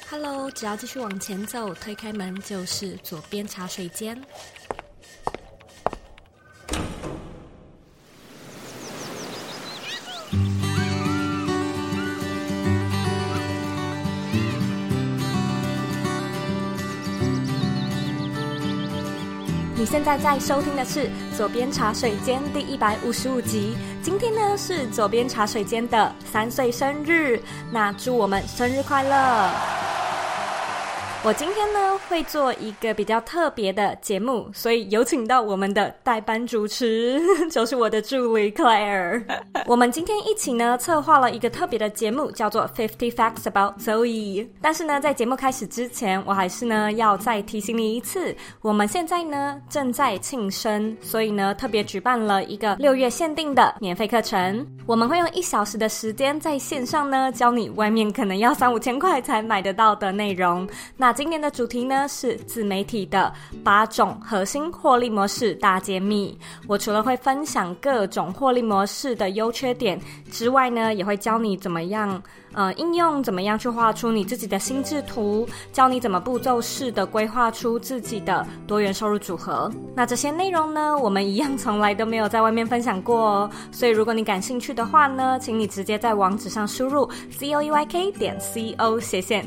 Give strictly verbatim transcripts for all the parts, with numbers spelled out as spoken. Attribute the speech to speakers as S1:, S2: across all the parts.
S1: Hello， 只要继续往前走，推开门就是左边茶水间。你现在在收听的是左边茶水间第一百五十五集。今天呢是左边茶水间的三岁生日，那祝我们生日快乐！我今天呢会做一个比较特别的节目，所以有请到我们的代班主持，就是我的助理 Claire。 我们今天一起呢策划了一个特别的节目，叫做 Fifty Facts About Zoe。 但是呢在节目开始之前，我还是呢要再提醒你一次，我们现在呢正在庆生，所以呢特别举办了一个六月限定的免费课程。我们会用一小时的时间在线上呢教你外面可能要三五千块才买得到的内容。那今年的主题呢是自媒体的八种核心获利模式大揭秘。我除了会分享各种获利模式的优缺点之外呢，也会教你怎么样呃应用，怎么样去画出你自己的心智图，教你怎么步骤式的规划出自己的多元收入组合。那这些内容呢，我们一样从来都没有在外面分享过哦，所以如果你感兴趣的话呢，请你直接在网址上输入 zoeyk 点 co 斜线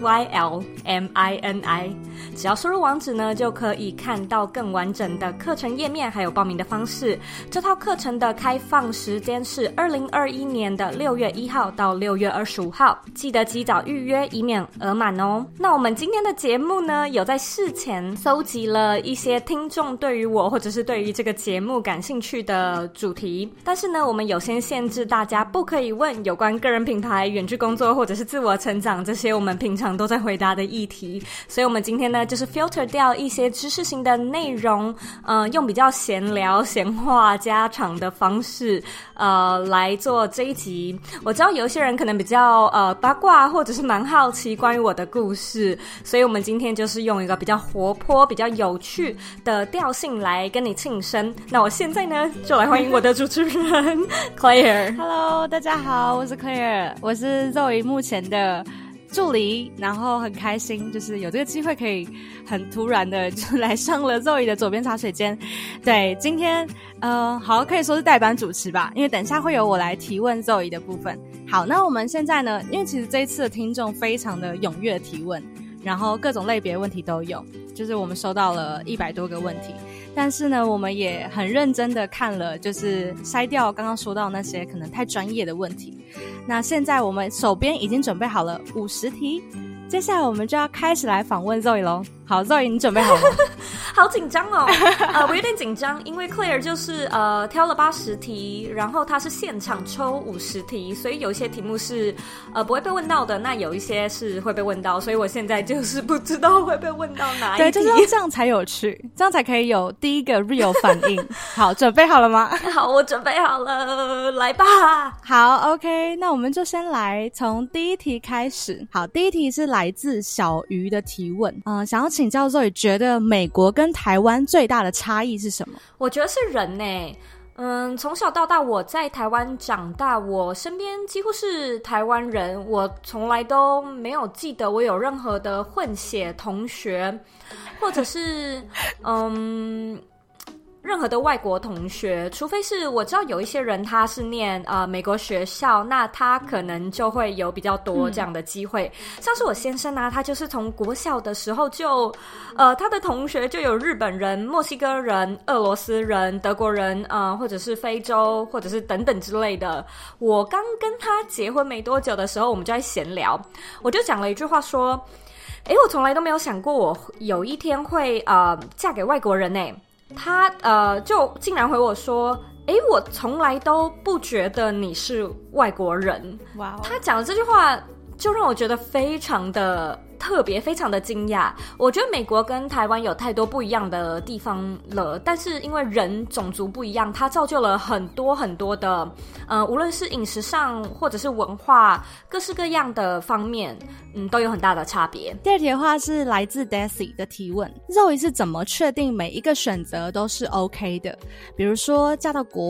S1: bylmini， 只要输入网址呢，就可以看到更完整的课程页面，还有报名的方式。这套课程的开放时间是二零二一年的六月一号到六月二十五号，记得及早预约，以免额满哦。那我们今天的节目呢，有在事前搜集了一些听众对于我或者是对于这个节目感兴趣的主题，但是呢我们有先限制大家不可以问有关个人品牌、远距工作或者是自我成长这些我们平常都在回答的议题，所以我们今天呢就是 filter 掉一些知识型的内容，呃，用比较闲聊闲话家常的方式呃来做这一集。我知道有一些人可能比较呃八卦或者是蛮好奇关于我的故事，所以我们今天就是用一个比较活泼比较有趣的调性来跟你庆生。那我现在呢就来欢迎我的主持人 Claire。
S2: Hello， 大家好，我是 Claire， 我是 Zoe 目前的助理，然后很开心就是有这个机会可以很突然的就来上了 Zoe 的左边茶水间。对，今天呃好可以说是代班主持吧，因为等一下会有我来提问 Zoe 的部分。好，那我们现在呢，因为其实这一次的听众非常的踊跃提问，然后各种类别问题都有，就是我们收到了一百多个问题，但是呢我们也很认真的看了，就是筛掉刚刚说到那些可能太专业的问题。那现在我们手边已经准备好了五十题，接下来我们就要开始来访问 Zoe 咯。好 Zoe 你准备好了吗？
S1: 好紧张哦呃，我有点紧张，因为 Claire 就是呃挑了八十题，然后他是现场抽五十题，所以有一些题目是呃不会被问到的，那有一些是会被问到，所以我现在就是不知道会被问到哪一题。
S2: 对，就是要这样才有趣，这样才可以有第一个 real 反应。好，准备好了吗？
S1: 好，我准备好了，来吧。
S2: 好 OK， 那我们就先来从第一题开始。好，第一题是来自小鱼的提问，呃，想要请教 Zoe 觉得美国跟台湾最大的差异是什么？
S1: 我觉得是人耶。嗯，从小到大我在台湾长大，我身边几乎是台湾人，我从来都没有记得我有任何的混血同学，或者是嗯任何的外国同学，除非是我知道有一些人他是念呃美国学校，那他可能就会有比较多这样的机会、嗯、像是我先生啊，他就是从国小的时候就呃他的同学就有日本人、墨西哥人、俄罗斯人、德国人呃或者是非洲或者是等等之类的。我刚跟他结婚没多久的时候，我们就在闲聊，我就讲了一句话说，诶，我从来都没有想过我有一天会呃嫁给外国人耶。他呃就竟然回我说，诶，我从来都不觉得你是外国人。哇、wow. 他讲的这句话就让我觉得非常的特别，非常的惊讶。我觉得美国跟台湾有太多不一样的地方了，但是因为人种族不一样，它造就了很多很多的呃，无论是饮食上或者是文化，各式各样的方面嗯，都有很大的差别。
S2: 第二题的话是来自 Daisy 的提问， Zoe 是怎么确定每一个选择都是 OK 的？比如说嫁到国外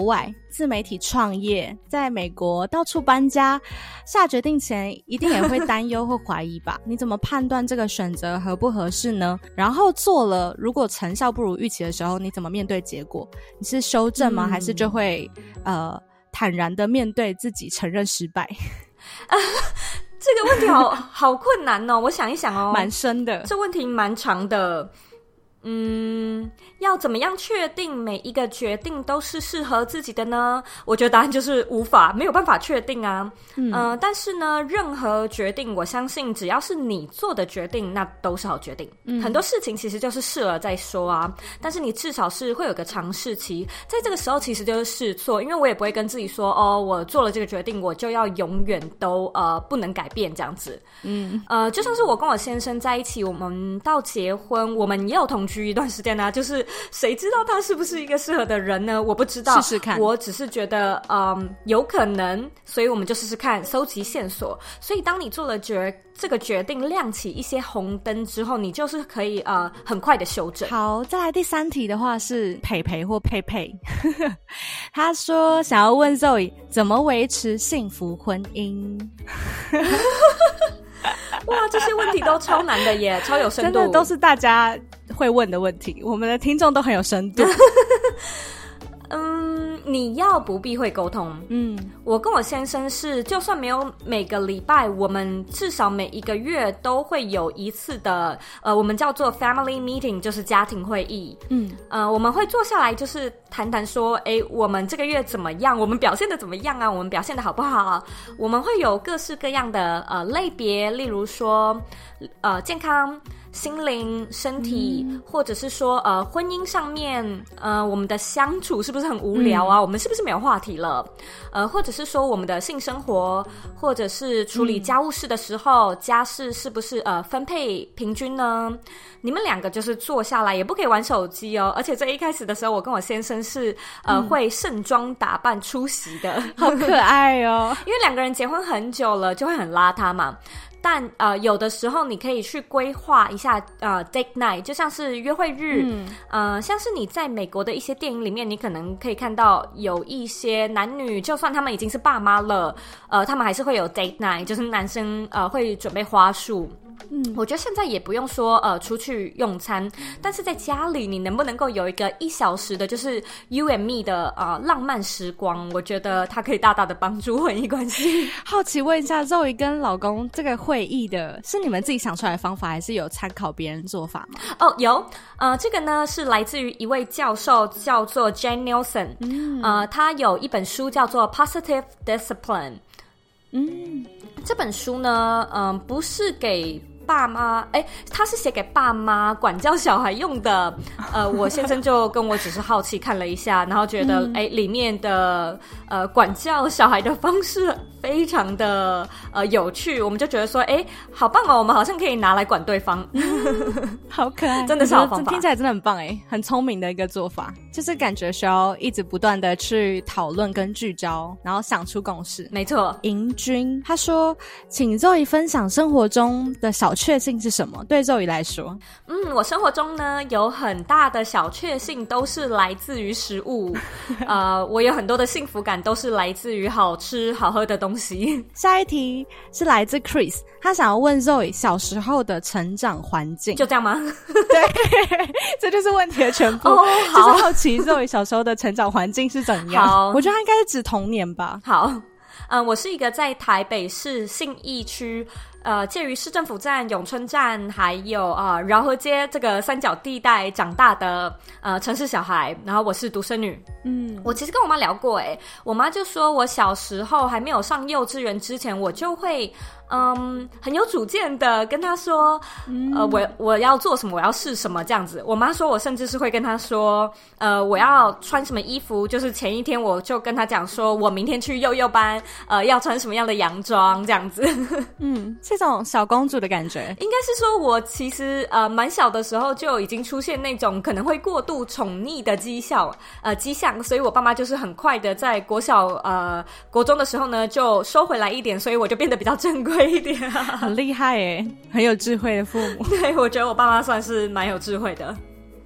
S2: 自媒体创业，在美国到处搬家，下决定前一定也会担忧或怀疑吧？你怎么判断这个选择合不合适呢？然后做了，如果成效不如预期的时候，你怎么面对结果？你是修正吗？嗯、还是就会呃坦然的面对自己，承认失败？
S1: 呃这个问题好好困难哦，我想一想哦，
S2: 蛮深的，
S1: 这问题蛮长的。嗯，要怎么样确定每一个决定都是适合自己的呢？我觉得答案就是无法，没有办法确定啊。嗯、呃，但是呢，任何决定，我相信只要是你做的决定，那都是好决定。嗯，很多事情其实就是试了再说啊。但是你至少是会有个尝试期，在这个时候其实就是试错，因为我也不会跟自己说，哦，我做了这个决定，我就要永远都呃不能改变这样子。嗯，呃，就像是我跟我先生在一起，我们到结婚，我们也有同居一段时间啊，就是谁知道他是不是一个适合的人呢？我不知道，
S2: 试试看。
S1: 我只是觉得，嗯，有可能，所以我们就试试看，搜集线索。所以当你做了决这个决定，亮起一些红灯之后，你就是可以呃很快的修正。
S2: 好，再来第三题的话是佩佩或佩佩，他说想要问 Zoe 怎么维持幸福婚姻。
S1: 哇，这些问题都超难的耶，超有深度，
S2: 真的都是大家会问的问题，我们的听众都很有深度。
S1: 嗯，你要不避讳沟通。嗯，我跟我先生是，就算没有每个礼拜，我们至少每一个月都会有一次的，呃，我们叫做 family meeting， 就是家庭会议。嗯，呃，我们会坐下来，就是谈谈说，诶，我们这个月怎么样？我们表现的怎么样啊？我们表现的好不好？我们会有各式各样的呃类别，例如说，呃，健康。心灵、身体，嗯、或者是说，呃，婚姻上面，呃，我们的相处是不是很无聊啊？嗯、我们是不是没有话题了？呃，或者是说，我们的性生活，或者是处理家务事的时候，嗯、家事是不是呃分配平均呢？你们两个就是坐下来，也不可以玩手机哦。而且在一开始的时候，我跟我先生是呃、嗯、会盛装打扮出席的，
S2: 好可爱哦。
S1: 因为两个人结婚很久了，就会很邋遢嘛。但呃，有的时候你可以去规划一下呃 date night， 就像是约会日，嗯、呃，像是你在美国的一些电影里面，你可能可以看到有一些男女，就算他们已经是爸妈了，呃，他们还是会有 date night， 就是男生呃会准备花束。嗯，我觉得现在也不用说呃出去用餐，但是在家里你能不能够有一个一小时的，就是 you and me 的呃浪漫时光？我觉得它可以大大的帮助婚姻关系。
S2: 好奇问一下，Zoe跟老公这个会议的是你们自己想出来的方法，还是有参考别人做法吗？
S1: 哦，有，呃，这个呢是来自于一位教授，叫做 Jane Nielsen，嗯、呃，他有一本书叫做 Positive Discipline。嗯，这本书呢，嗯、呃，不是给爸妈，哎，他是写给爸妈管教小孩用的。呃，我先生就跟我只是好奇看了一下，然后觉得，哎、嗯，里面的呃管教小孩的方式非常的呃有趣，我们就觉得说，哎，好棒哦，我们好像可以拿来管对方，
S2: 嗯、好可爱，
S1: 真的是好方法，
S2: 听起来真的很棒哎，很聪明的一个做法，就是感觉需要一直不断的去讨论跟聚焦，然后想出共识。
S1: 没错，
S2: 银君他说，请 Zoe 分享生活中的小确幸是什么？对 Zoe 来说，
S1: 嗯，我生活中呢有很大的小确幸都是来自于食物，呃，我有很多的幸福感都是来自于好吃好喝的东西。
S2: 下一题是来自 Chris， 他想要问 Zoe 小时候的成长环境。
S1: 就这样吗？
S2: 对，这就是问题的全部。哦，好，就是好奇 Zoe 小时候的成长环境是怎样。好，我觉得他应该是指童年吧。
S1: 好，嗯，我是一个在台北市信义区。呃，介于市政府站、永春站还有呃饶河街这个三角地带长大的呃城市小孩，然后我是独生女。嗯，我其实跟我妈聊过，诶，我妈就说我小时候还没有上幼稚园之前，我就会嗯很有主见的跟她说，嗯、呃我我要做什么，我要试什么这样子。我妈说我甚至是会跟她说，呃我要穿什么衣服，就是前一天我就跟她讲说我明天去幼幼班，呃要穿什么样的洋装这样子。
S2: 嗯。这种小公主的感觉，
S1: 应该是说我其实呃蛮小的时候就已经出现那种可能会过度宠溺的迹象呃迹象，所以我爸妈就是很快的在国小呃国中的时候呢就收回来一点，所以我就变得比较正规一点、啊、
S2: 很厉害耶，很有智慧的父母。
S1: 对，我觉得我爸妈算是蛮有智慧的。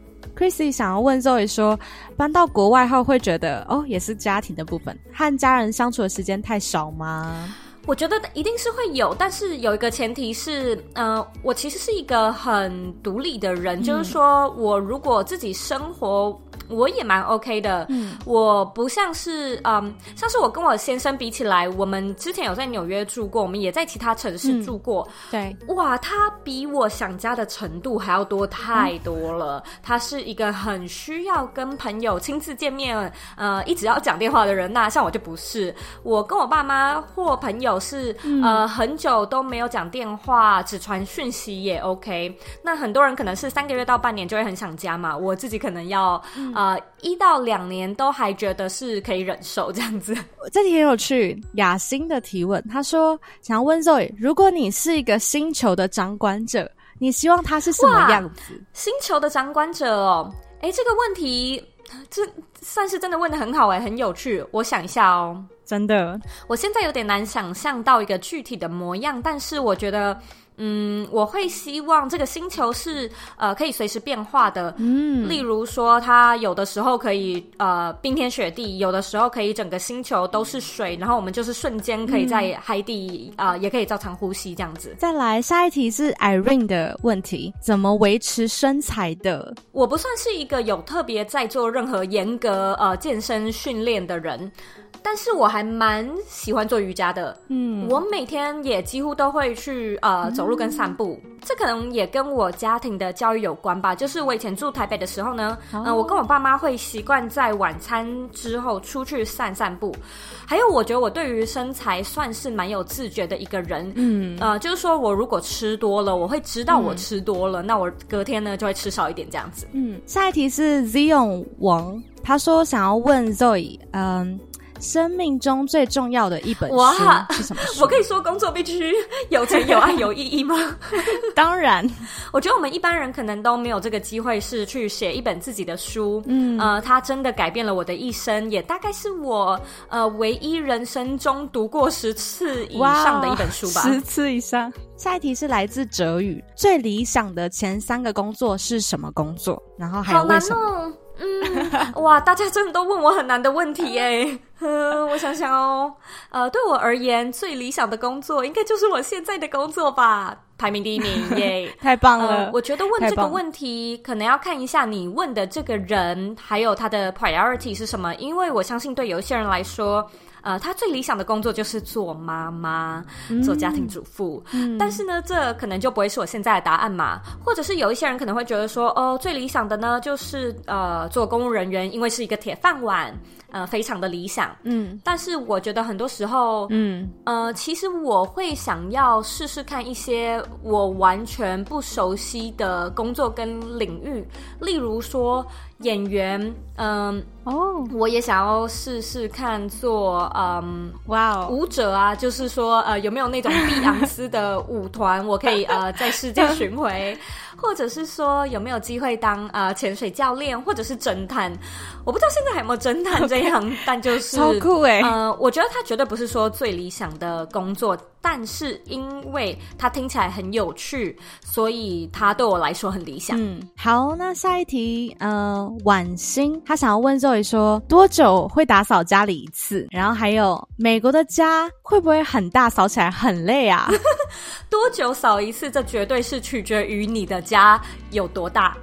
S2: Chrissy 想要问 Zoe 说，搬到国外后会觉得哦，也是家庭的部分，和家人相处的时间太少吗？
S1: 我觉得一定是会有，但是有一个前提是，呃，我其实是一个很独立的人，嗯、就是说我如果自己生活，我也蛮 OK 的。嗯，我不像是，嗯，像是我跟我先生比起来，我们之前有在纽约住过，我们也在其他城市住过。
S2: 嗯、对，
S1: 哇，他比我想家的程度还要多太多了。嗯、他是一个很需要跟朋友亲自见面，呃，一直要讲电话的人。那像我就不是，我跟我爸妈或朋友是、嗯、呃很久都没有讲电话，只传讯息也 OK。那很多人可能是三个月到半年就会很想家嘛，我自己可能要。嗯呃，一到两年都还觉得是可以忍受这样子。
S2: 这题很有趣，雅欣的提问，他说想要问 Zoe， 如果你是一个星球的掌管者，你希望它是什么样子？
S1: 星球的掌管者哦，诶，这个问题这算是真的问得很好诶，很有趣。我想一下哦，
S2: 真的，
S1: 我现在有点难想象到一个具体的模样，但是我觉得。嗯，我会希望这个星球是呃可以随时变化的，嗯，例如说它有的时候可以呃冰天雪地，有的时候可以整个星球都是水，然后我们就是瞬间可以在海底啊、嗯呃、也可以照常呼吸这样子。
S2: 再来下一题是 Irene 的问题，怎么维持身材的？
S1: 我不算是一个有特别在做任何严格呃健身训练的人。但是我还蛮喜欢做瑜伽的，嗯，我每天也几乎都会去呃走路跟散步，嗯、这可能也跟我家庭的教育有关吧。就是我以前住台北的时候呢，哦、呃，我跟我爸妈会习惯在晚餐之后出去散散步。还有，我觉得我对于身材算是蛮有自觉的一个人，嗯，呃，就是说我如果吃多了，我会知道我吃多了，嗯、那我隔天呢就会吃少一点这样子。
S2: 嗯，下一题是 Zion 王，他说想要问 Zoe， 嗯。生命中最重要的一本书是什么书？
S1: 我可以说工作必须有钱有爱有意义吗？
S2: 当然，
S1: 我觉得我们一般人可能都没有这个机会是去写一本自己的书，嗯，呃，它真的改变了我的一生，也大概是我呃唯一人生中读过十次以上的一本书吧，
S2: 十次以上。下一题是来自哲宇，最理想的前三个工作是什么工作？然后还有为什么？
S1: 好难哦。嗯，哇，大家真的都问我很难的问题耶。呃，我想想哦，呃，对我而言，最理想的工作应该就是我现在的工作吧，排名第一名耶，
S2: 太棒了、呃！
S1: 我觉得问这个问题，可能要看一下你问的这个人，还有他的 priority 是什么，因为我相信对有一些人来说。呃，他最理想的工作就是做妈妈，做家庭主妇、嗯。但是呢，这可能就不会是我现在的答案嘛。或者是有一些人可能会觉得说，哦，最理想的呢，就是呃，做公务人员，因为是一个铁饭碗，呃，非常的理想。嗯。但是我觉得很多时候，嗯，呃，其实我会想要试试看一些我完全不熟悉的工作跟领域，例如说演员，嗯、呃，哦，我也想要试试看做。嗯，哇哦，舞者啊，就是说，呃，有没有那种碧昂斯的舞团，我可以呃在世界巡回，或者是说有没有机会当呃潜水教练，或者是侦探？我不知道现在还有没有侦探这一行， okay, 但就是
S2: 超酷哎、欸！
S1: 呃，我觉得它绝对不是说最理想的工作，但是因为它听起来很有趣，所以它对我来说很理想。
S2: 嗯，好，那下一题，呃，婉欣她想要问 Zoe 说，多久会打扫家里一次？然后还有美国的家会不会很大，扫起来很累啊？
S1: 多久扫一次？这绝对是取决于你的家有多大。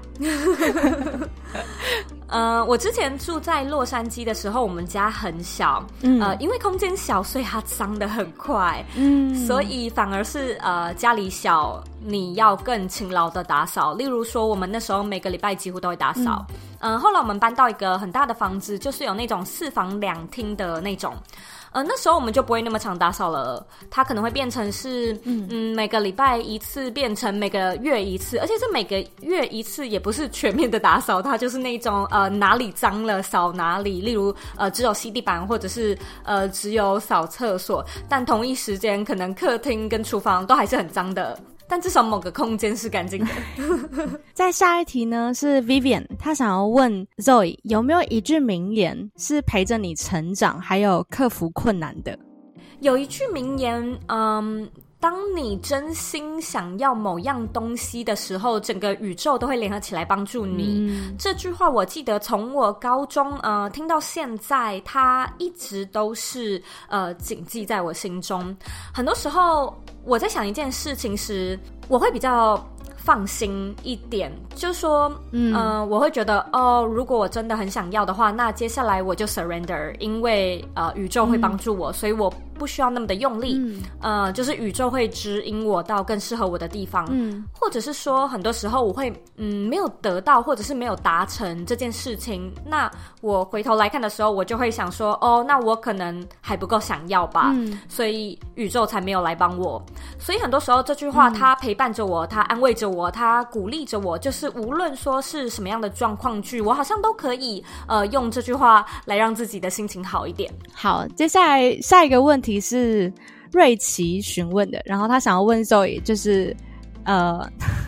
S1: 呃，我之前住在洛杉矶的时候，我们家很小，嗯、呃，因为空间小，所以它脏得很快，嗯，所以反而是呃家里小，你要更勤劳的打扫。例如说，我们那时候每个礼拜几乎都会打扫，嗯、呃，后来我们搬到一个很大的房子，就是有那种四房两厅的那种。呃，那时候我们就不会那么常打扫了，它可能会变成是，嗯嗯，每个礼拜一次变成每个月一次，而且这每个月一次也不是全面的打扫，它就是那种呃哪里脏了扫哪里，例如呃只有吸地板或者是呃只有扫厕所，但同一时间可能客厅跟厨房都还是很脏的。但至少某个空间是干净的。
S2: 再下一题呢是 Vivian， 她想要问 Zoe 有没有一句名言是陪着你成长还有克服困难的？
S1: 有一句名言，嗯， 当你真心想要某样东西的时候，整个宇宙都会联合起来帮助你。嗯、这句话我记得从我高中呃听到现在，它一直都是呃谨记在我心中。很多时候我在想一件事情时，我会比较放心一点，就说嗯、呃，我会觉得哦，如果我真的很想要的话，那接下来我就 surrender， 因为呃宇宙会帮助我、嗯、所以我不需要那么的用力、嗯、呃，就是宇宙会指引我到更适合我的地方，嗯，或者是说很多时候我会嗯没有得到或者是没有达成这件事情，那我回头来看的时候，我就会想说哦，那我可能还不够想要吧、嗯、所以宇宙才没有来帮我。所以很多时候这句话它陪伴着我，它安慰着我，它鼓励着我，就是无论说是什么样的状况剧，我好像都可以呃用这句话来让自己的心情好一点。
S2: 好，接下来下一个问题是瑞奇询问的，然后他想要问 Zoe 就是呃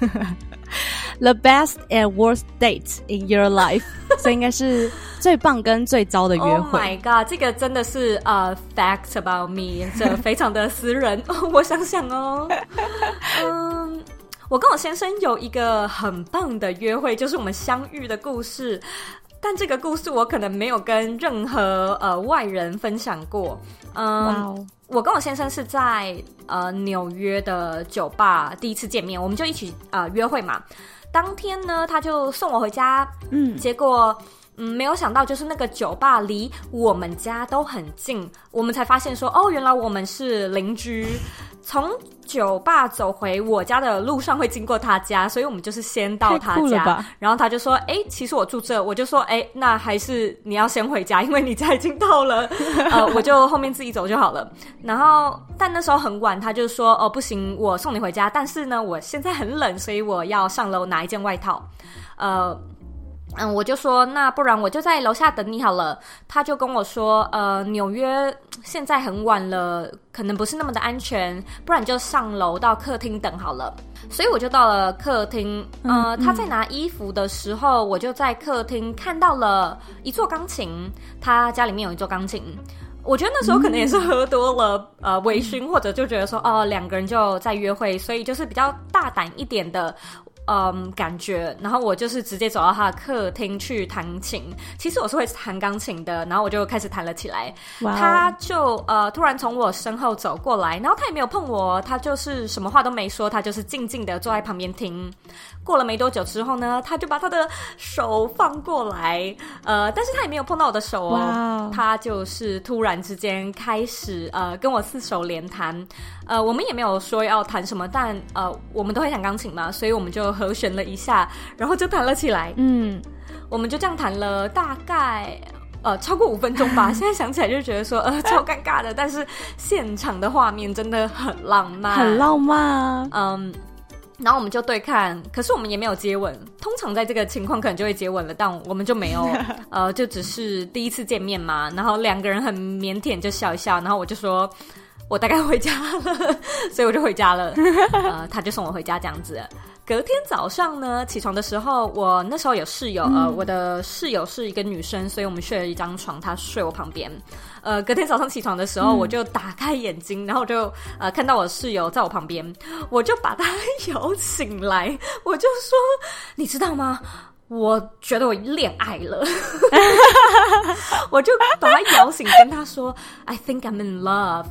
S2: The best and worst date in your life 所以应该是最棒跟最糟的约会。
S1: Oh my god， 这个真的是呃、uh, fact about me， 这非常的私人我想想哦嗯，我跟我先生有一个很棒的约会，就是我们相遇的故事，但这个故事我可能没有跟任何呃外人分享过。嗯、wow. 我跟我先生是在呃纽约的酒吧第一次见面，我们就一起呃约会嘛。当天呢，他就送我回家，嗯，结果嗯没有想到就是那个酒吧离我们家都很近，我们才发现说哦，原来我们是邻居。从酒吧走回我家的路上会经过他家，所以我们就是先到他家，然后他就说诶其实我住这，我就说诶那还是你要先回家，因为你家已经到了呃，我就后面自己走就好了。然后但那时候很晚，他就说哦不行，我送你回家，但是呢我现在很冷，所以我要上楼拿一件外套。呃嗯，我就说那不然我就在楼下等你好了。他就跟我说呃，纽约现在很晚了，可能不是那么的安全，不然你就上楼到客厅等好了。所以我就到了客厅，呃，他在拿衣服的时候，我就在客厅看到了一座钢琴，他家里面有一座钢琴。我觉得那时候可能也是喝多了，呃，微醺，或者就觉得说哦，两个人就在约会，所以就是比较大胆一点的嗯，感觉，然后我就是直接走到他的客厅去弹琴。其实我是会弹钢琴的，然后我就开始弹了起来。Wow. 他就呃突然从我身后走过来，然后他也没有碰我，他就是什么话都没说，他就是静静的坐在旁边听。过了没多久之后呢，他就把他的手放过来，呃，但是他也没有碰到我的手哦。Wow. 他就是突然之间开始呃跟我四手联弹。呃，我们也没有说要弹什么，但呃我们都会弹钢琴嘛，所以我们就和弦了一下，然后就弹了起来。嗯，我们就这样弹了大概呃超过五分钟吧。现在想起来就觉得说呃超尴尬的，但是现场的画面真的很浪漫，
S2: 很浪漫。
S1: 嗯，然后我们就对看，可是我们也没有接吻。通常在这个情况可能就会接吻了，但我们就没有，呃，就只是第一次见面嘛。然后两个人很腼腆就笑一笑，然后我就说我大概回家了，所以我就回家了。呃，他就送我回家这样子。隔天早上呢，起床的时候，我那时候有室友，呃，我的室友是一个女生，所以我们睡了一张床，她睡我旁边。呃，隔天早上起床的时候，嗯、我就打开眼睛，然后我就呃看到我室友在我旁边，我就把她摇醒来，我就说，你知道吗？我觉得我恋爱了，我就把她摇醒，跟她说 ，I think I'm in love。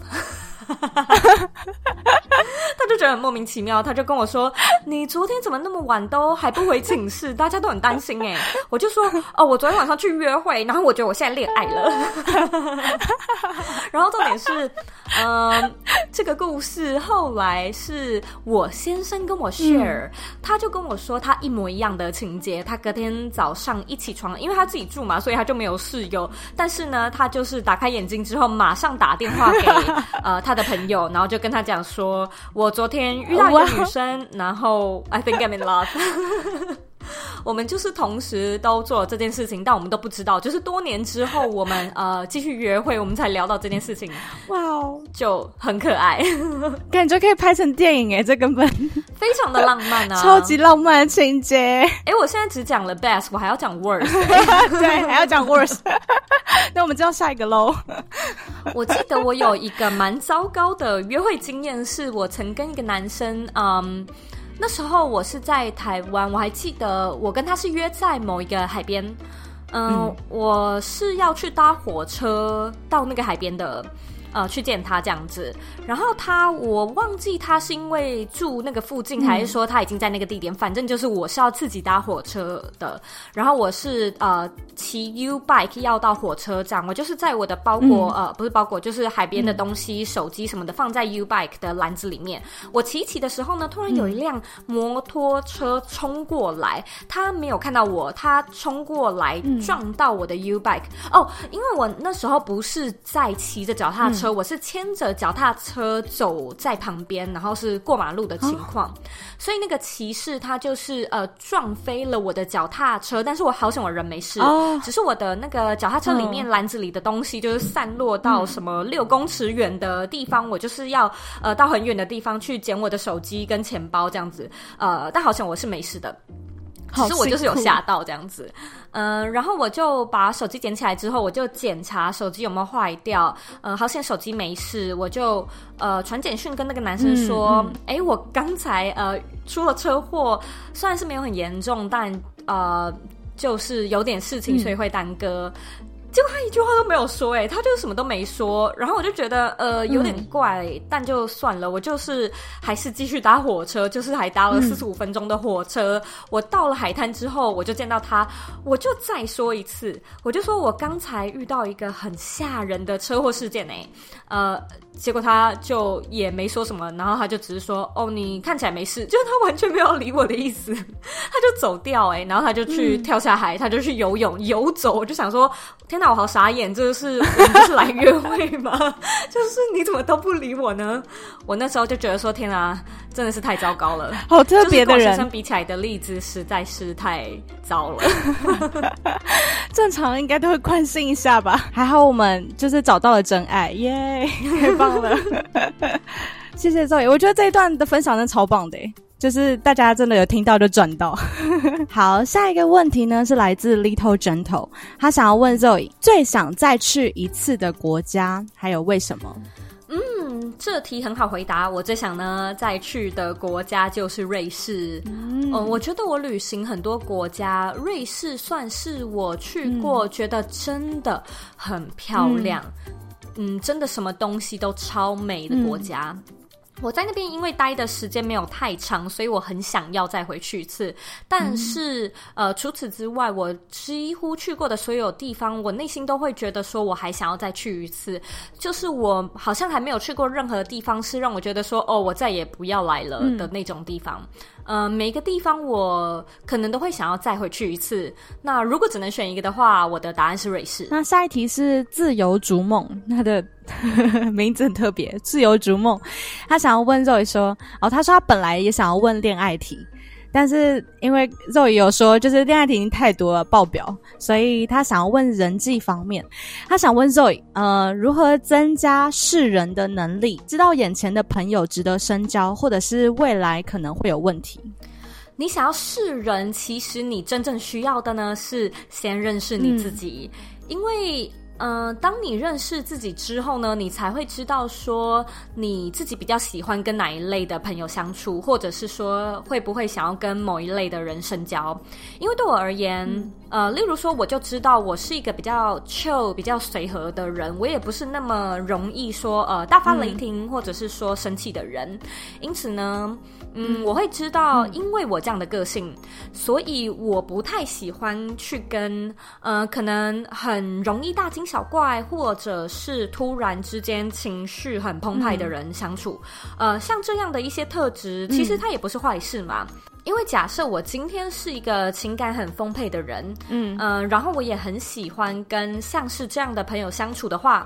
S1: 他就觉得很莫名其妙，他就跟我说你昨天怎么那么晚都还不回寝室，大家都很担心耶。我就说哦，我昨天晚上去约会，然后我觉得我现在恋爱了。然后重点是嗯，这个故事后来是我先生跟我 share、嗯、他就跟我说他一模一样的情节。他隔天早上一起床，因为他自己住嘛，所以他就没有室友，但是呢他就是打开眼睛之后马上打电话给呃他的朋友，然后就跟他讲说我昨天遇到一个女生， wow. 然后 I think I'm in love。 我们就是同时都做了这件事情，但我们都不知道，就是多年之后我们呃继续约会，我们才聊到这件事情。
S2: 哇哦，
S1: 就很可爱，
S2: 感觉可以拍成电影耶，这根本
S1: 非常的浪漫啊，
S2: 超级浪漫的情节。
S1: 哎，我现在只讲了 best， 我还要讲 worst，
S2: 对，还要讲 worst。那我们就要下一个喽。
S1: 我记得我有一个蛮糟糕的约会经验，是我曾跟一个男生，嗯，那时候我是在台湾，我还记得我跟他是约在某一个海边，嗯，嗯我是要去搭火车到那个海边的。呃，去见他这样子，然后他我忘记他是因为住那个附近，嗯、还是说他已经在那个地点，反正就是我是要自己搭火车的，然后我是呃骑 U bike 要到火车站，我就是在我的包裹、嗯、呃不是包裹，就是海边的东西、嗯、手机什么的放在 U bike 的篮子里面。我骑骑的时候呢，突然有一辆摩托车冲过来，他没有看到我，他冲过来撞到我的 U bike、嗯。哦，因为我那时候不是在骑着脚踏车。嗯我是牵着脚踏车走在旁边，然后是过马路的情况、哦、所以那个骑士他就是呃撞飞了我的脚踏车，但是我好险我人没事、哦、只是我的那个脚踏车里面篮子里的东西就是散落到什么六公尺远的地方、嗯、我就是要呃到很远的地方去捡我的手机跟钱包这样子，呃但好险我是没事的，只是我就是有吓到这样子，嗯、呃，然后我就把手机捡起来之后，我就检查手机有没有坏掉，呃，好险手机没事，我就呃传简讯跟那个男生说，哎、嗯嗯，我刚才呃出了车祸，虽然是没有很严重，但呃就是有点事情，所以会耽搁。嗯结果他一句话都没有说，哎，他就是什么都没说，然后我就觉得呃有点怪、嗯，但就算了，我就是还是继续搭火车，就是还搭了四十五分钟的火车、嗯。我到了海滩之后，我就见到他，我就再说一次，我就说我刚才遇到一个很吓人的车祸事件，哎，呃，结果他就也没说什么，然后他就只是说，哦，你看起来没事，就是他完全没有理我的意思，他就走掉，哎，然后他就去跳下海，嗯、他就去游泳游走，我就想说，天。那我好傻眼，这就是我们就是来约会吗？就是你怎么都不理我呢？我那时候就觉得说，天啊，真的是太糟糕了，
S2: 好特别的人。就是跟我先生
S1: 比起来的例子实在是太糟了。
S2: 正常应该都会关心一下吧？还好我们就是找到了真爱，耶，太棒了！谢谢Zoe，我觉得这一段的分享真的超棒的耶。就是大家真的有听到就赚到。好，下一个问题呢是来自 Little Gentle， 他想要问 Zoe 最想再去一次的国家，还有为什么？
S1: 嗯，这题很好回答。我最想呢再去的国家就是瑞士。嗯、呃，我觉得我旅行很多国家，瑞士算是我去过、嗯、觉得真的很漂亮，嗯, 嗯，真的什么东西都超美的国家。嗯，我在那边因为待的时间没有太长，所以我很想要再回去一次。但是、嗯、呃，除此之外，我几乎去过的所有地方，我内心都会觉得说我还想要再去一次。就是我好像还没有去过任何地方是让我觉得说哦，我再也不要来了的那种地方。嗯、呃，每一个地方我可能都会想要再回去一次。那如果只能选一个的话，我的答案是瑞士。
S2: 那下一题是自由逐梦，他的名字很特别，自由逐梦。他想要问 Zoe 说，哦，他说他本来也想要问恋爱题，但是因为 Zoe 有说就是恋爱题已经太多了爆表，所以他想要问人际方面。他想问 Zoe 呃，如何增加识人的能力，知道眼前的朋友值得深交，或者是未来可能会有问题。
S1: 你想要识人，其实你真正需要的呢是先认识你自己、嗯、因为呃，当你认识自己之后呢，你才会知道说你自己比较喜欢跟哪一类的朋友相处，或者是说会不会想要跟某一类的人深交。因为对我而言、嗯、呃，例如说我就知道我是一个比较 chill 比较随和的人，我也不是那么容易说呃大发雷霆、嗯、或者是说生气的人。因此呢嗯，我会知道因为我这样的个性、嗯、所以我不太喜欢去跟呃可能很容易大惊小怪，或者是突然之间情绪很澎湃的人相处、嗯、呃，像这样的一些特质其实它也不是坏事嘛、嗯，因为假设我今天是一个情感很丰沛的人，嗯呃，然后我也很喜欢跟像是这样的朋友相处的话，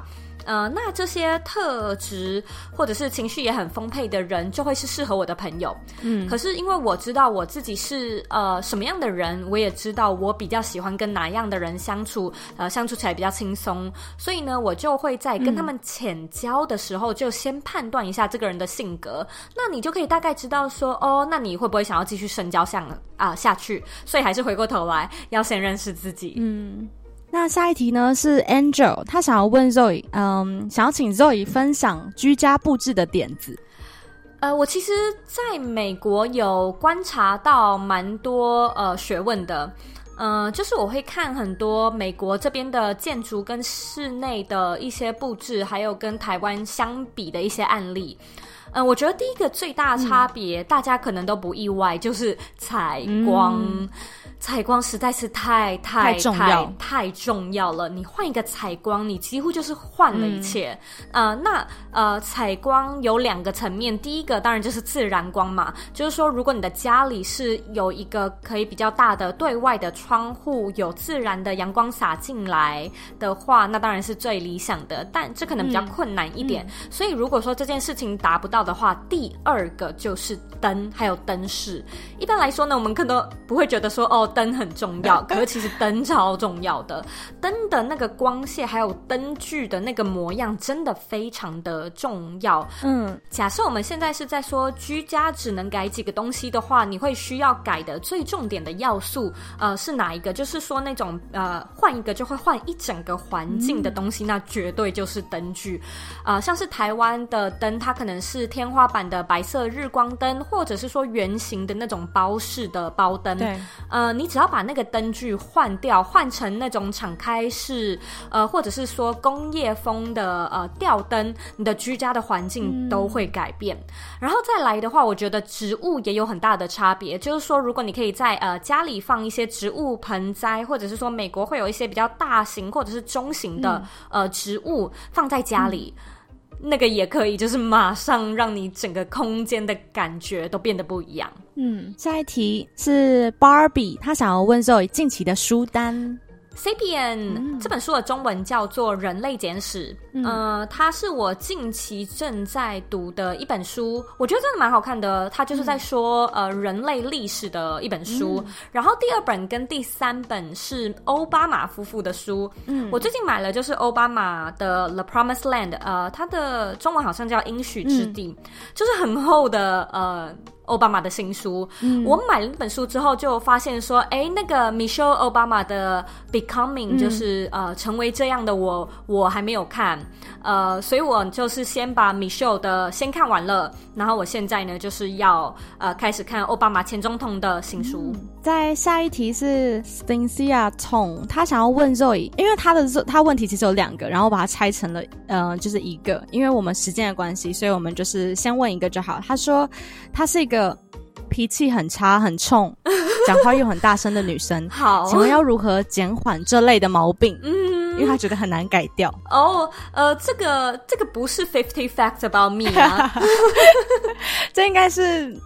S1: 呃，那这些特质或者是情绪也很丰沛的人，就会是适合我的朋友。嗯，可是因为我知道我自己是呃什么样的人，我也知道我比较喜欢跟哪样的人相处，呃，相处起来比较轻松，所以呢，我就会在跟他们浅交的时候，就先判断一下这个人的性格，那你就可以大概知道说，哦，那你会不会想要继续深交下啊、呃、下去？所以还是回过头来要先认识自己。
S2: 嗯。那下一题呢是 Angel， 他想要问 Zoe， 嗯，想要请 Zoe 分享居家布置的点子。
S1: 呃，我其实在美国有观察到蛮多呃学问的，呃，就是我会看很多美国这边的建筑跟室内的一些布置，还有跟台湾相比的一些案例。嗯、呃，我觉得第一个最大差别、嗯，大家可能都不意外，就是采光。嗯，采光实在是太太
S2: 太重要
S1: 太重要了。你换一个采光，你几乎就是换了一切。嗯、呃，那呃，采光有两个层面，第一个当然就是自然光嘛，就是说，如果你的家里是有一个可以比较大的对外的窗户，有自然的阳光洒进来的话，那当然是最理想的。但这可能比较困难一点，嗯嗯、所以如果说这件事情达不到的话，第二个就是灯，还有灯饰。一般来说呢，我们可能不会觉得说哦。灯很重要，可是其实灯超重要的。灯的那个光线还有灯具的那个模样真的非常的重要。嗯，假设我们现在是在说居家只能改几个东西的话，你会需要改的最重点的要素呃是哪一个？就是说那种呃换一个就会换一整个环境的东西、嗯、那绝对就是灯具。呃像是台湾的灯，它可能是天花板的白色日光灯，或者是说圆形的那种包式的包灯。对，呃你只要把那个灯具换掉，换成那种敞开式，呃，或者是说工业风的呃吊灯，你的居家的环境都会改变。嗯、然后再来的话，我觉得植物也有很大的差别，就是说，如果你可以在呃家里放一些植物盆栽，或者是说美国会有一些比较大型或者是中型的、嗯、呃植物放在家里。嗯那个也可以，就是马上让你整个空间的感觉都变得不一样。
S2: 嗯，下一题是 Barbie， 她想要问 Zoe 近期的书单。
S1: Sapien、嗯、这本书的中文叫做《人类简史》，嗯，呃，它是我近期正在读的一本书，我觉得真的蛮好看的。它就是在说、嗯、呃人类历史的一本书、嗯。然后第二本跟第三本是奥巴马夫妇的书。嗯，我最近买了就是奥巴马的《The Promised Land》，呃，它的中文好像叫《应许之地》，嗯、就是很厚的呃。奥巴马的新书、嗯、我买了那本书之后就发现说诶那个 Michelle 奥巴马的 Becoming、嗯、就是呃成为这样的我我还没有看，呃所以我就是先把 Michelle 的先看完了，然后我现在呢就是要呃开始看奥巴马前总统的新书、嗯、
S2: 在下一题是 Cynthia Tong， 他想要问 Zoe， 因为他的他问题其实有两个，然后把它拆成了呃就是一个，因为我们时间的关系，所以我们就是先问一个就好。他说他是一个个脾气很差很冲讲话又很大声的女生好，请问要如何减缓这类的毛病？嗯，因为她觉得很难改掉。
S1: 哦，呃，这个这个不是 fifty facts about me 啊
S2: 这应该是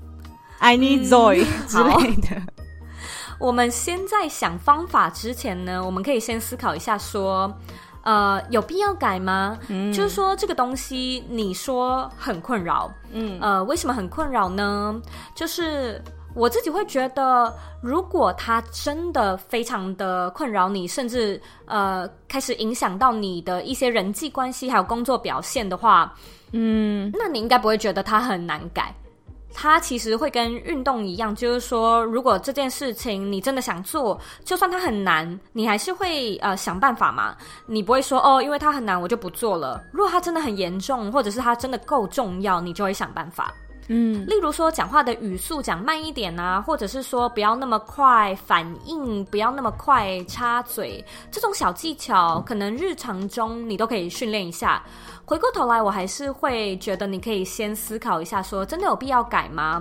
S2: I need Zoe、嗯、之类的。
S1: 我们先在想方法之前呢，我们可以先思考一下说呃，有必要改吗？嗯，就是说这个东西你说很困扰，嗯，呃，为什么很困扰呢？就是我自己会觉得，如果它真的非常的困扰你，甚至呃开始影响到你的一些人际关系还有工作表现的话，嗯，那你应该不会觉得它很难改。它其实会跟运动一样，就是说如果这件事情你真的想做，就算它很难，你还是会呃想办法嘛，你不会说哦因为它很难我就不做了。如果它真的很严重，或者是它真的够重要，你就会想办法。嗯，例如说讲话的语速讲慢一点啊，或者是说不要那么快反应，不要那么快插嘴，这种小技巧可能日常中你都可以训练一下。回过头来我还是会觉得你可以先思考一下说真的有必要改吗？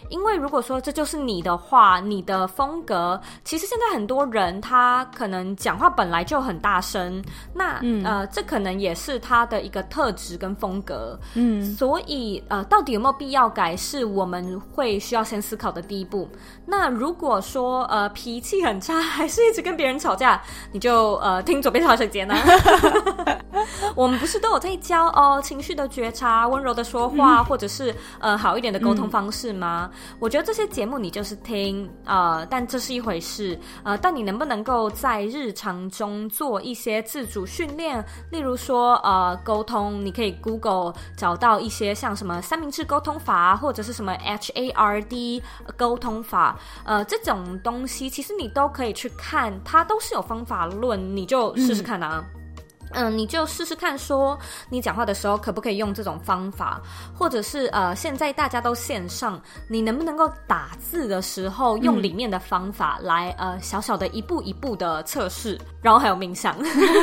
S1: 因为如果说这就是你的话，你的风格，其实现在很多人他可能讲话本来就很大声，那、嗯、呃，这可能也是他的一个特质跟风格，嗯，所以呃，到底有没有必要改，是我们会需要先思考的第一步。那如果说呃脾气很差，还是一直跟别人吵架，你就呃听左边茶水间呢。我们不是都有在教哦情绪的觉察、温柔的说话，嗯、或者是呃好一点的沟通方式吗？嗯、我觉得这些节目你就是听，呃，但这是一回事，呃，但你能不能够在日常中做一些自主训练？例如说呃沟通，你可以 Google 找到一些像什么三明治沟通法，或者是什么 H A R D 沟通法，呃，这种东西其实你都可以去看，它都是有方法论，你就试试看啊。嗯嗯，你就试试看说你讲话的时候可不可以用这种方法，或者是呃，现在大家都线上，你能不能够打字的时候用里面的方法来、嗯、呃小小的一步一步的测试，然后还有冥想。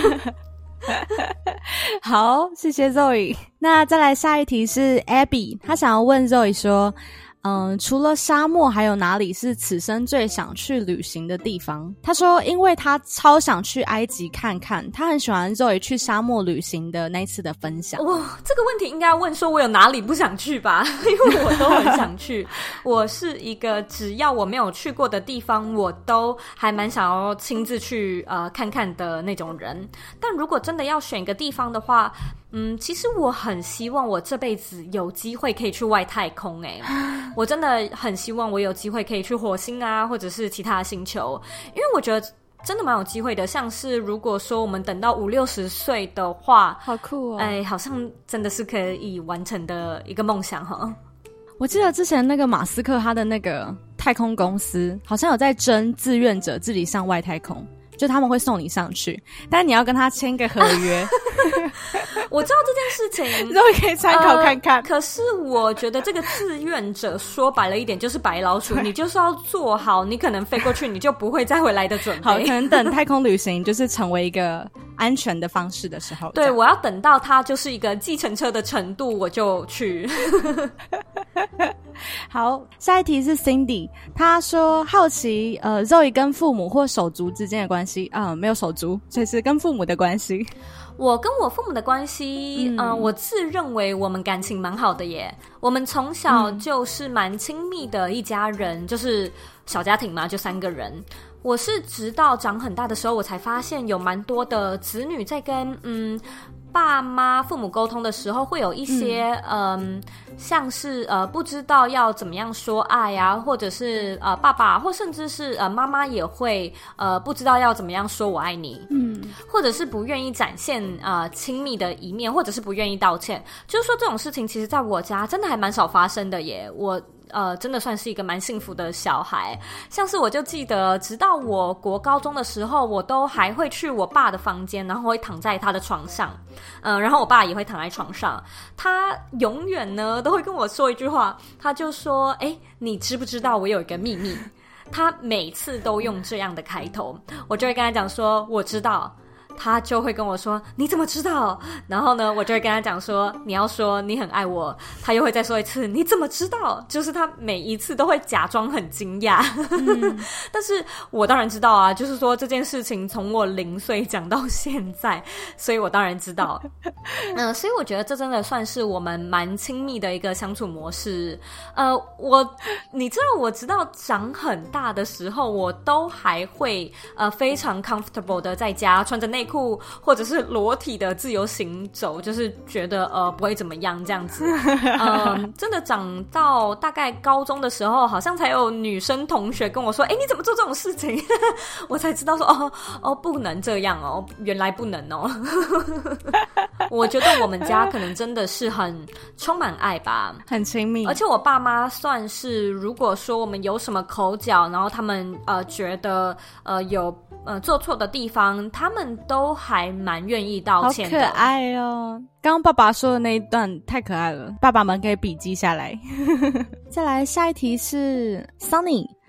S2: 好，谢谢 Zoe。 那再来下一题是 Abby， 她想要问 Zoe 说嗯，除了沙漠还有哪里是此生最想去旅行的地方？他说因为他超想去埃及看看，他很喜欢 Zoe 去沙漠旅行的那一次的分享。
S1: 哇，这个问题应该问说我有哪里不想去吧，因为我都很想去。我是一个只要我没有去过的地方我都还蛮想要亲自去呃看看的那种人。但如果真的要选一个地方的话，嗯，其实我很希望我这辈子有机会可以去外太空欸，我真的很希望我有机会可以去火星啊，或者是其他的星球，因为我觉得真的蛮有机会的。像是如果说我们等到五六十岁的话，
S2: 好酷哦！
S1: 哎，好像真的是可以完成的一个梦想哈。
S2: 我记得之前那个马斯克他的那个太空公司好像有在征志愿者自己上外太空，就他们会送你上去，但你要跟他签个合约。
S1: 我知道这件事情，
S2: 都可以参考看看、
S1: 呃。可是我觉得这个志愿者说白了一点就是白老鼠，你就是要做好，你可能飞过去你就不会再回来的准备。
S2: 好，可能等太空旅行就是成为一个安全的方式的时候，
S1: 对，我要等到它就是一个计程车的程度我就去。
S2: 好，下一题是 Cindy， 她说好奇呃 Zoe 跟父母或手足之间的关系啊、呃，没有手足，所以是跟父母的关系。
S1: 我跟我父母的关系，嗯、呃，我自认为我们感情蛮好的耶。我们从小就是蛮亲密的一家人，嗯、就是小家庭嘛，就三个人。我是直到长很大的时候，我才发现有蛮多的子女在跟嗯。爸妈父母沟通的时候会有一些嗯、呃，像是呃不知道要怎么样说爱啊，或者是呃爸爸或甚至是呃妈妈也会呃不知道要怎么样说我爱你，嗯，或者是不愿意展现呃亲密的一面，或者是不愿意道歉。就是说这种事情其实在我家真的还蛮少发生的耶。我呃，真的算是一个蛮幸福的小孩。像是我就记得，直到我国高中的时候，我都还会去我爸的房间，然后会躺在他的床上，嗯、呃，然后我爸也会躺在床上。他永远呢都会跟我说一句话，他就说：“哎，你知不知道我有一个秘密？”他每次都用这样的开头，我就会跟他讲说：“我知道。”他就会跟我说你怎么知道，然后呢我就会跟他讲说你要说你很爱我，他又会再说一次你怎么知道，就是他每一次都会假装很惊讶、嗯、但是我当然知道啊，就是说这件事情从我零岁讲到现在，所以我当然知道嗯、呃，所以我觉得这真的算是我们蛮亲密的一个相处模式。呃，我你知道我直到长很大的时候，我都还会呃非常 comfortable 的在家穿着内裤或者是裸体的自由行走，就是觉得呃不会怎么样这样子。嗯，真的长到大概高中的时候，好像才有女生同学跟我说：“哎，你怎么做这种事情？”我才知道说：“哦哦，不能这样哦，原来不能哦。”我觉得我们家可能真的是很充满爱吧，
S2: 很亲密。
S1: 而且我爸妈算是，如果说我们有什么口角，然后他们呃觉得呃有。呃，做错的地方，他们都还蛮愿意道歉的。
S2: 好可爱哦！刚刚爸爸说的那一段太可爱了，爸爸们可以笔记下来。再来下一题是 Sunny，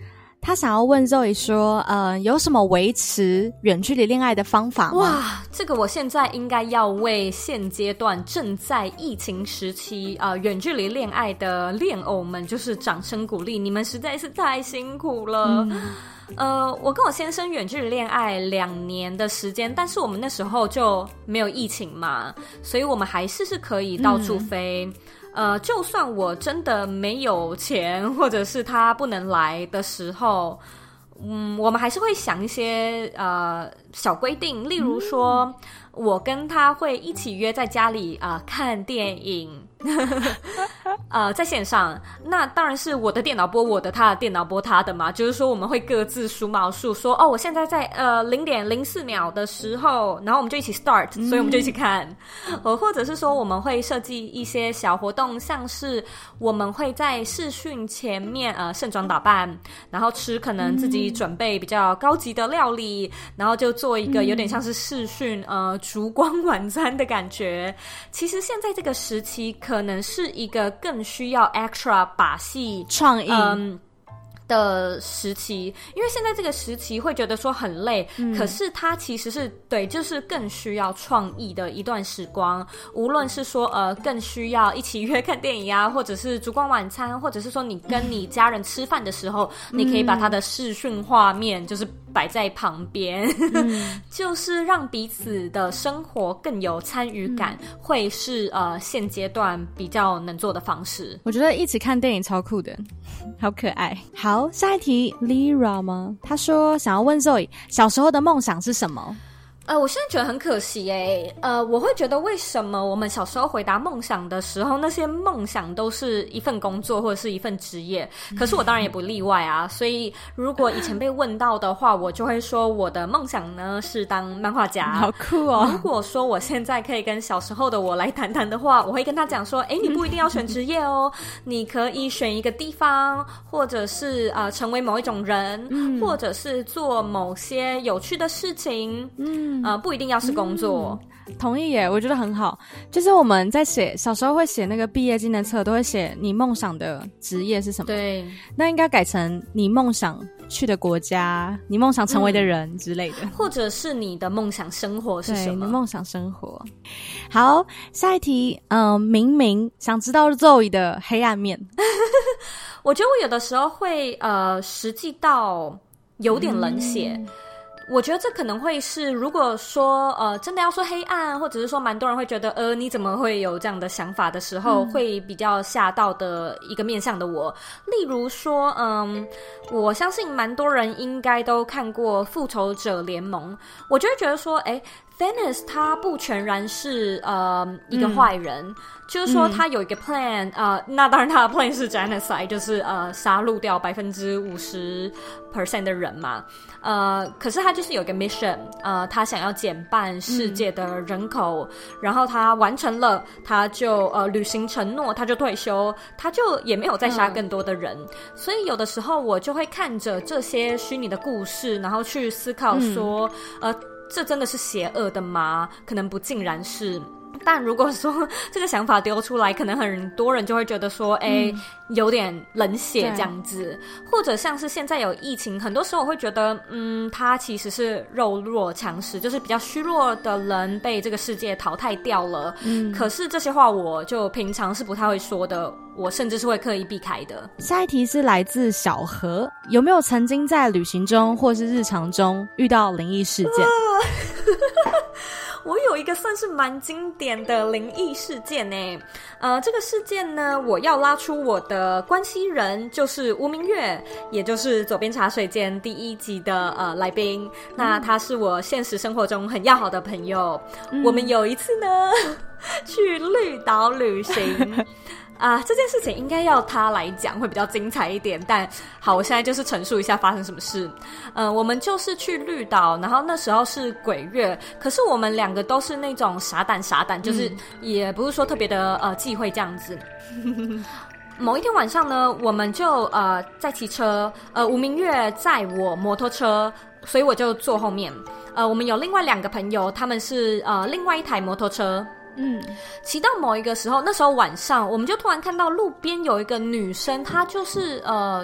S2: 他想要问 Zoe 说，呃，有什么维持远距离恋爱的方法吗？
S1: 哇，这个我现在应该要为现阶段正在疫情时期呃远距离恋爱的恋偶们就是掌声鼓励，你们实在是太辛苦了。嗯呃，我跟我先生远距离恋爱两年的时间，但是我们那时候就没有疫情嘛，所以我们还是是可以到处飞。嗯、呃，就算我真的没有钱，或者是他不能来的时候，嗯，我们还是会想一些呃小规定，例如说，嗯、我跟他会一起约在家里啊、呃、看电影。呃，在线上，那当然是我的电脑播我的，他的电脑播他的嘛。就是说，我们会各自数码数，说哦，我现在在呃零点零四秒的时候，然后我们就一起 start，、嗯、所以我们就一起看。呃，或者是说，我们会设计一些小活动，像是我们会在视讯前面呃盛装打扮，然后吃可能自己准备比较高级的料理，嗯、然后就做一个有点像是视讯呃烛光晚餐的感觉。其实现在这个时期可。可能是一个更需要 extra 把戏
S2: 创意、
S1: 嗯、的时期，因为现在这个时期会觉得说很累、嗯、可是它其实是对，就是更需要创意的一段时光，无论是说呃更需要一起约看电影啊，或者是烛光晚餐，或者是说你跟你家人吃饭的时候、嗯、你可以把它的视讯画面就是摆在旁边、嗯、就是让彼此的生活更有参与感、嗯、会是呃现阶段比较能做的方式。
S2: 我觉得一起看电影超酷的，好可爱。好，下一题 Lira 吗？他说想要问 Zoe 小时候的梦想是什么？
S1: 呃，我现在觉得很可惜耶。呃，我会觉得为什么我们小时候回答梦想的时候，那些梦想都是一份工作或者是一份职业，可是我当然也不例外啊。所以如果以前被问到的话，我就会说我的梦想呢是当漫画家。
S2: 好酷哦！
S1: 如果说我现在可以跟小时候的我来谈谈的话，我会跟他讲说，诶，你不一定要选职业哦，你可以选一个地方，或者是呃成为某一种人、嗯、或者是做某些有趣的事情。嗯。呃，不一定要是工作、
S2: 嗯、同意耶，我觉得很好。就是我们在写小时候会写那个毕业纪念册，都会写你梦想的职业是什么。
S1: 对，那
S2: 应该改成你梦想去的国家，你梦想成为的人之类的、嗯、
S1: 或者是你的梦想生活是什么。
S2: 对，你的梦想生活。好，下一题。嗯、呃，明明想知道 Zoe 的黑暗面。
S1: 我觉得我有的时候会呃实际到有点冷血、嗯，我觉得这可能会是，如果说呃真的要说黑暗，或者是说蛮多人会觉得呃你怎么会有这样的想法的时候、嗯、会比较吓到的一个面向的我。例如说嗯，我相信蛮多人应该都看过复仇者联盟，我就会觉得说诶Thanos 他不全然是呃一个坏人、嗯，就是说他有一个 plan，、嗯、呃，那当然他的 plan 是 genocide， 就是呃杀戮掉百分之五十 percent 的人嘛，呃，可是他就是有一个 mission， 呃，他想要减半世界的人口，嗯、然后他完成了，他就呃履行承诺，他就退休，他就也没有再杀更多的人、嗯，所以有的时候我就会看着这些虚拟的故事，然后去思考说，嗯、呃。这真的是邪恶的吗？可能不尽然是。但如果说这个想法丢出来，可能很多人就会觉得说，哎、嗯，有点冷血这样子。或者像是现在有疫情，很多时候我会觉得，嗯，他其实是弱肉强食，就是比较虚弱的人被这个世界淘汰掉了。嗯，可是这些话我就平常是不太会说的，我甚至是会刻意避开的。
S2: 下一题是来自小何，有没有曾经在旅行中或是日常中遇到灵异事件？
S1: 我有一个算是蛮经典的灵异事件耶，呃，这个事件呢，我要拉出我的关系人，就是吴明月，也就是左边茶水间第一集的呃来宾。那他是我现实生活中很要好的朋友，嗯、我们有一次呢去绿岛旅行。啊，这件事情应该要他来讲会比较精彩一点，但好，我现在就是陈述一下发生什么事。嗯、呃，我们就是去绿岛，然后那时候是鬼月，可是我们两个都是那种傻胆傻胆，就是也不是说特别的呃忌讳这样子。某一天晚上呢，我们就呃在骑车，呃吴明月载我摩托车，所以我就坐后面。呃，我们有另外两个朋友，他们是呃另外一台摩托车。嗯，骑到某一个时候，那时候晚上，我们就突然看到路边有一个女生，她就是呃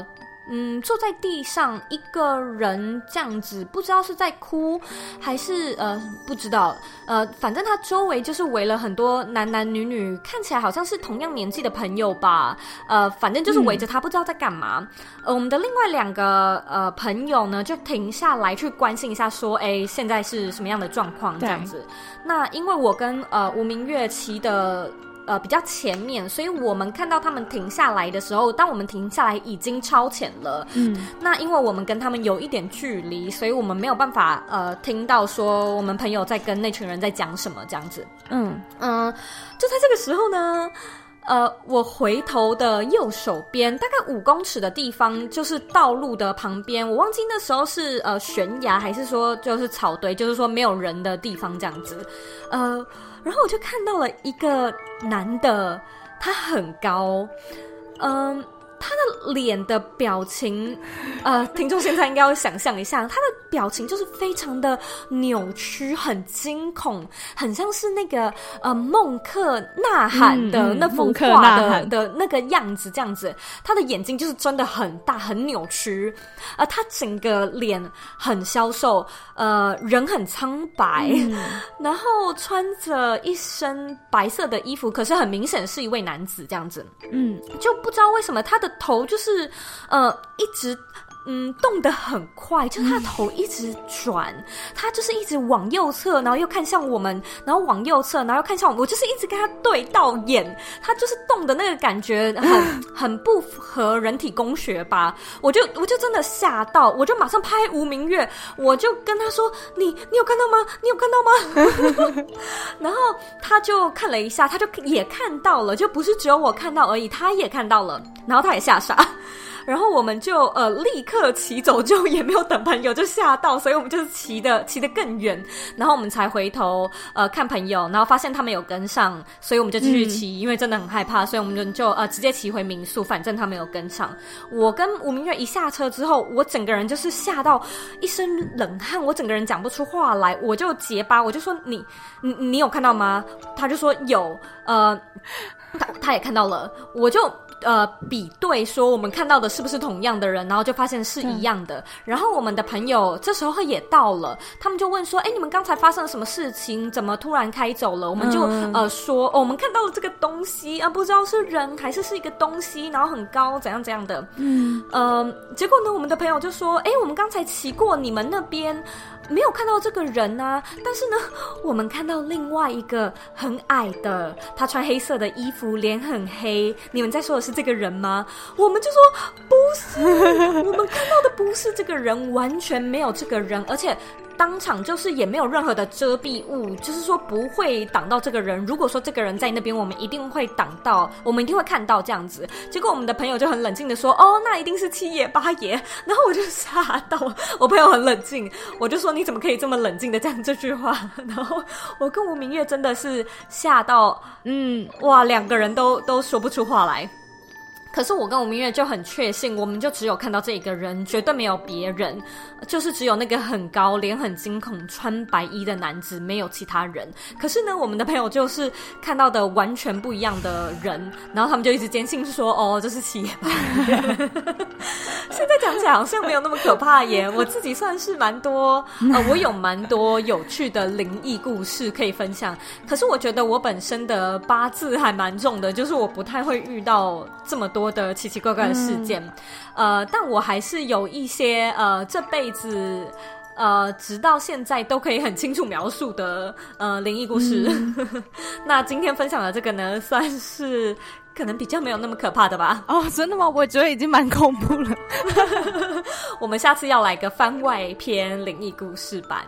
S1: 嗯，坐在地上一个人这样子，不知道是在哭还是呃不知道，呃，反正他周围就是围了很多男男女女，看起来好像是同样年纪的朋友吧，呃，反正就是围着他，不知道在干嘛。呃，我们的另外两个呃朋友呢，就停下来去关心一下，说，哎，现在是什么样的状况这样子。那因为我跟呃吴明月骑的。呃，比较前面，所以我们看到他们停下来的时候，当我们停下来已经超前了。嗯，那因为我们跟他们有一点距离，所以我们没有办法呃听到说我们朋友在跟那群人在讲什么这样子。嗯嗯、呃，就在这个时候呢。呃，我回头的右手边大概五公尺的地方，就是道路的旁边。我忘记那时候是呃悬崖还是说就是草堆，就是说没有人的地方这样子。呃，然后我就看到了一个男的，他很高，嗯、呃。他的脸的表情，呃，听众现在应该要想象一下，他的表情就是非常的扭曲，很惊恐，很像是那个呃孟克呐喊的那幅画的、嗯嗯、的那个样子，这样子。他的眼睛就是真的很大，很扭曲，呃，他整个脸很消瘦，呃，人很苍白，嗯、然后穿着一身白色的衣服，可是很明显是一位男子，这样子。嗯，就不知道为什么他的头就是呃一直嗯动得很快，就是他的头一直转，嗯、他就是一直往右侧，然后又看向我们，然后往右侧，然后又看向我们，我就是一直跟他对到眼，他就是动的那个感觉很很不符合人体工学吧，我就我就真的吓到，我就马上拍吴明月，我就跟他说你你有看到吗？你有看到吗？然后他就看了一下，他就也看到了，就不是只有我看到而已，他也看到了，然后他也吓傻。然后我们就呃立刻骑走，就也没有等朋友，就吓到，所以我们就是骑的骑得更远，然后我们才回头呃看朋友，然后发现他们有跟上，所以我们就继续骑，嗯、因为真的很害怕，所以我们就就呃直接骑回民宿，反正他们有跟上。我跟吴明月一下车之后，我整个人就是吓到一身冷汗，我整个人讲不出话来，我就结巴，我就说你你你有看到吗？他就说有，呃，他他也看到了，我就。呃，比对说我们看到的是不是同样的人，然后就发现是一样的。然后我们的朋友这时候也到了，他们就问说：“哎，你们刚才发生了什么事情？怎么突然开走了？”我们就、嗯、呃说、哦：“我们看到了这个东西啊，不知道是人还是是一个东西，然后很高，怎样怎样的。”嗯，呃，结果呢，我们的朋友就说：“哎，我们刚才骑过你们那边。”没有看到这个人啊，但是呢，我们看到另外一个很矮的，他穿黑色的衣服，脸很黑。你们在说的是这个人吗？我们就说不是，我们看到的不是这个人，完全没有这个人，而且当场就是也没有任何的遮蔽物，就是说不会挡到这个人。如果说这个人在那边，我们一定会挡到，我们一定会看到这样子。结果我们的朋友就很冷静的说：“哦，那一定是七爷八爷。”然后我就吓到，我朋友很冷静，我就说：“你怎么可以这么冷静的讲这句话？”然后我跟吴明月真的是吓到，嗯，哇，两个人都都说不出话来。可是我跟吴明月就很确信，我们就只有看到这一个人，绝对没有别人，就是只有那个很高、脸很惊恐、穿白衣的男子，没有其他人。可是呢，我们的朋友就是看到的完全不一样的人，然后他们就一直坚信说：“哦，这是七爷八爷。”现在讲起来好像没有那么可怕耶。我自己算是蛮多，呃，我有蛮多有趣的灵异故事可以分享。可是我觉得我本身的八字还蛮重的，就是我不太会遇到这么多多的奇奇怪怪的事件，嗯、呃，但我还是有一些呃这辈子呃直到现在都可以很清楚描述的呃灵异故事。嗯、那今天分享的这个呢，算是可能比较没有那么可怕的吧？
S2: 哦，真的吗？我觉得已经蛮恐怖了。
S1: 我们下次要来个番外篇灵异故事版。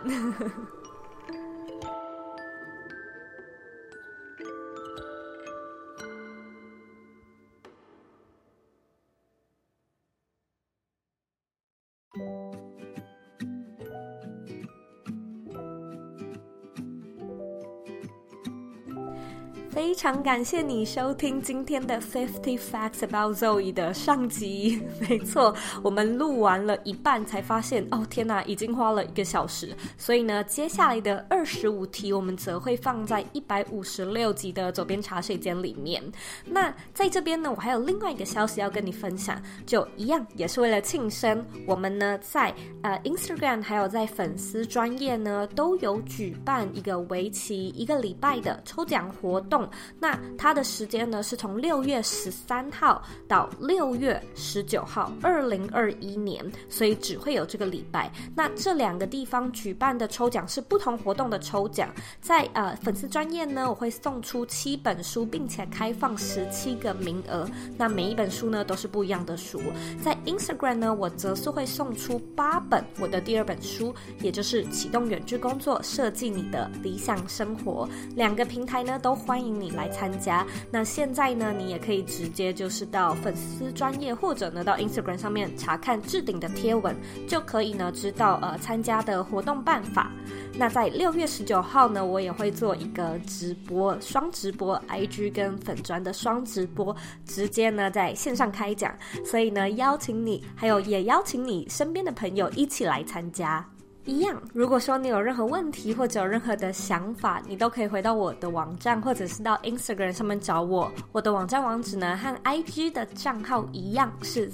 S1: 非常感谢你收听今天的 Fifty Facts About Zoe 的上集。没错，我们录完了一半才发现，哦天哪，已经花了一个小时。所以呢，接下来的二十五题我们则会放在一百五十六集的左边茶水间里面。那在这边呢，我还有另外一个消息要跟你分享，就一样也是为了庆生，我们呢在呃 Instagram 还有在粉丝专页呢都有举办一个为期一个礼拜的抽奖活动。那它的时间呢是从六月十三号到六月十九号，二零二一年，所以只会有这个礼拜。那这两个地方举办的抽奖是不同活动的抽奖，在呃粉丝专页呢，我会送出七本书，并且开放十七个名额。那每一本书呢都是不一样的书。在 Instagram 呢，我则是会送出八本我的第二本书，也就是启动远距工作，设计你的理想生活。两个平台呢都欢迎你来参加。那现在呢，你也可以直接就是到粉丝专页或者呢到 Instagram 上面查看置顶的贴文，就可以呢知道呃参加的活动办法。那在六月十九号呢，我也会做一个直播，双直播 I G 跟粉专的双直播，直接呢在线上开讲，所以呢邀请你，还有也邀请你身边的朋友一起来参加。一样，如果说你有任何问题或者有任何的想法，你都可以回到我的网站，或者是到 Instagram 上面找我。我的网站网址呢和 I G 的账号一样，是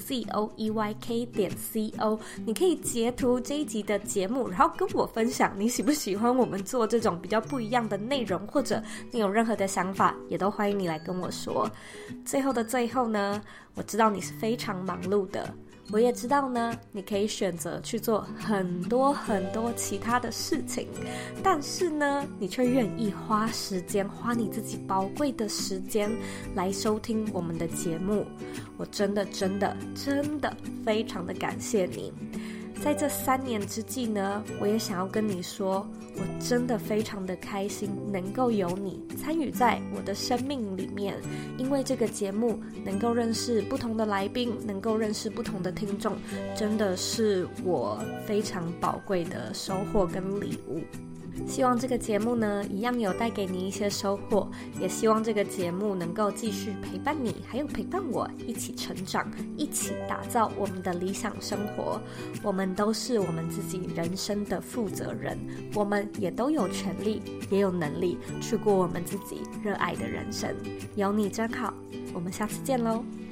S1: zoeyk 点 co。 你可以截图这一集的节目，然后跟我分享你喜不喜欢我们做这种比较不一样的内容，或者你有任何的想法，也都欢迎你来跟我说。最后的最后呢，我知道你是非常忙碌的，我也知道呢，你可以选择去做很多很多其他的事情，但是呢，你却愿意花时间，花你自己宝贵的时间来收听我们的节目。我真的真的真的非常的感谢你。在这三年之际呢，我也想要跟你说，我真的非常的开心能够有你参与在我的生命里面，因为这个节目能够认识不同的来宾，能够认识不同的听众，真的是我非常宝贵的收获跟礼物。希望这个节目呢，一样有带给你一些收获，也希望这个节目能够继续陪伴你，还有陪伴我一起成长，一起打造我们的理想生活。我们都是我们自己人生的负责人，我们也都有权利，也有能力去过我们自己热爱的人生。有你真好，我们下次见喽。